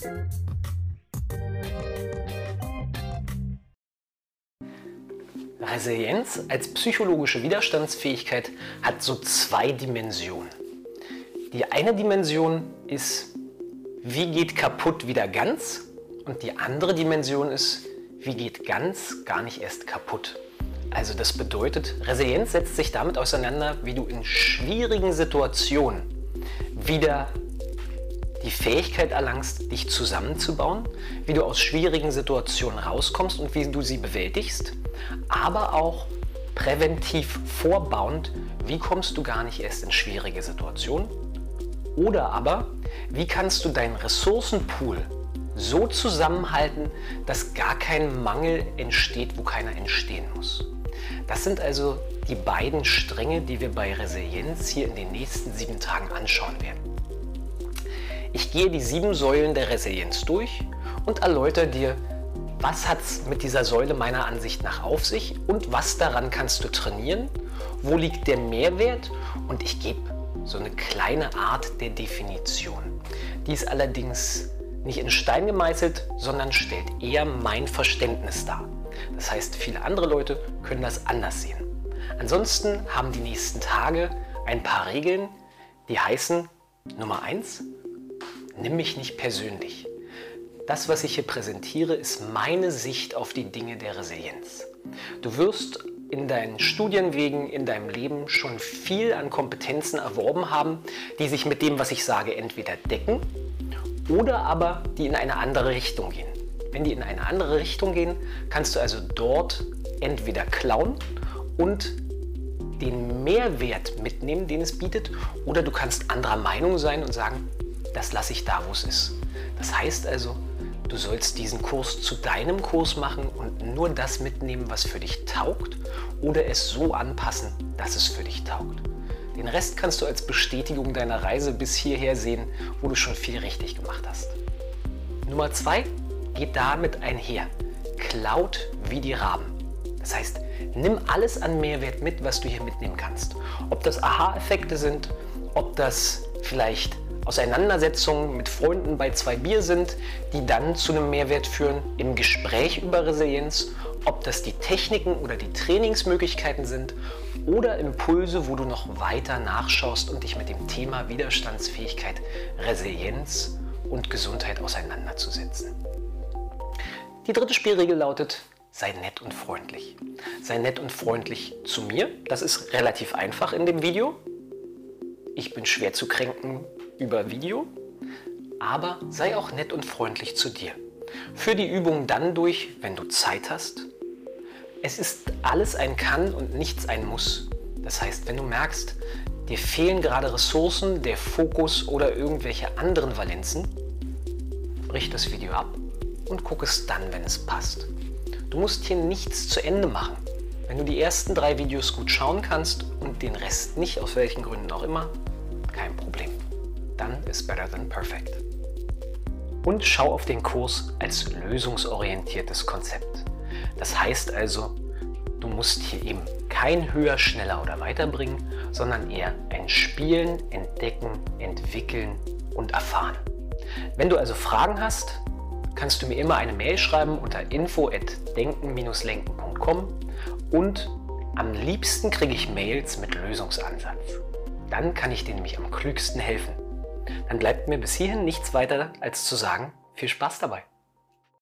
Resilienz als psychologische Widerstandsfähigkeit hat so zwei Dimensionen. Die eine Dimension ist, wie geht kaputt wieder ganz? Und die andere Dimension ist, wie geht ganz gar nicht erst kaputt? Also das bedeutet, Resilienz setzt sich damit auseinander, wie du in schwierigen Situationen wieder die Fähigkeit erlangst, dich zusammenzubauen, wie du aus schwierigen Situationen rauskommst und wie du sie bewältigst, aber auch präventiv vorbauend, wie kommst du gar nicht erst in schwierige Situationen, oder aber, wie kannst du deinen Ressourcenpool so zusammenhalten, dass gar kein Mangel entsteht, wo keiner entstehen muss. Das sind also die beiden Stränge, die wir bei Resilienz hier in den nächsten 7 Tagen anschauen werden. Ich gehe die 7 Säulen der Resilienz durch und erläutere dir, was hat es mit dieser Säule meiner Ansicht nach auf sich und was daran kannst du trainieren, wo liegt der Mehrwert, und ich gebe so eine kleine Art der Definition. Die ist allerdings nicht in Stein gemeißelt, sondern stellt eher mein Verständnis dar. Das heißt, viele andere Leute können das anders sehen. Ansonsten haben die nächsten Tage ein paar Regeln, die heißen: Nummer 1, nimm mich nicht persönlich. Das, was ich hier präsentiere, ist meine Sicht auf die Dinge der Resilienz. Du wirst in deinen Studienwegen, in deinem Leben schon viel an Kompetenzen erworben haben, die sich mit dem, was ich sage, entweder decken oder aber die in eine andere Richtung gehen. Wenn die in eine andere Richtung gehen, kannst du also dort entweder klauen und den Mehrwert mitnehmen, den es bietet, oder du kannst anderer Meinung sein und sagen, das lasse ich da, wo es ist. Das heißt also, du sollst diesen Kurs zu deinem Kurs machen und nur das mitnehmen, was für dich taugt, oder es so anpassen, dass es für dich taugt. Den Rest kannst du als Bestätigung deiner Reise bis hierher sehen, wo du schon viel richtig gemacht hast. Nummer 2 geht damit einher. Klaut wie die Raben. Das heißt, nimm alles an Mehrwert mit, was du hier mitnehmen kannst. Ob das Aha-Effekte sind, ob das vielleicht Auseinandersetzungen mit Freunden bei 2 Bier sind, die dann zu einem Mehrwert führen im Gespräch über Resilienz, ob das die Techniken oder die Trainingsmöglichkeiten sind oder Impulse, wo du noch weiter nachschaust und dich mit dem Thema Widerstandsfähigkeit, Resilienz und Gesundheit auseinanderzusetzen. Die 3. Spielregel lautet: sei nett und freundlich. Sei nett und freundlich zu mir. Das ist relativ einfach in dem Video. Ich bin schwer zu kränken über Video, aber sei auch nett und freundlich zu dir. Führ die Übung dann durch, wenn du Zeit hast. Es ist alles ein Kann und nichts ein Muss. Das heißt, wenn du merkst, dir fehlen gerade Ressourcen, der Fokus oder irgendwelche anderen Valenzen, brich das Video ab und guck es dann, wenn es passt. Du musst hier nichts zu Ende machen. Wenn du die ersten 3 Videos gut schauen kannst und den Rest nicht, aus welchen Gründen auch immer, kein Problem. Dann ist better than perfect. Und schau auf den Kurs als lösungsorientiertes Konzept. Das heißt also, du musst hier eben kein höher, schneller oder weiterbringen, sondern eher ein Spielen, Entdecken, Entwickeln und Erfahren. Wenn du also Fragen hast, kannst du mir immer eine Mail schreiben unter info@denken-lenken.com und am liebsten kriege ich Mails mit Lösungsansatz. Dann kann ich dir nämlich am klügsten helfen. Dann bleibt mir bis hierhin nichts weiter als zu sagen, viel Spaß dabei.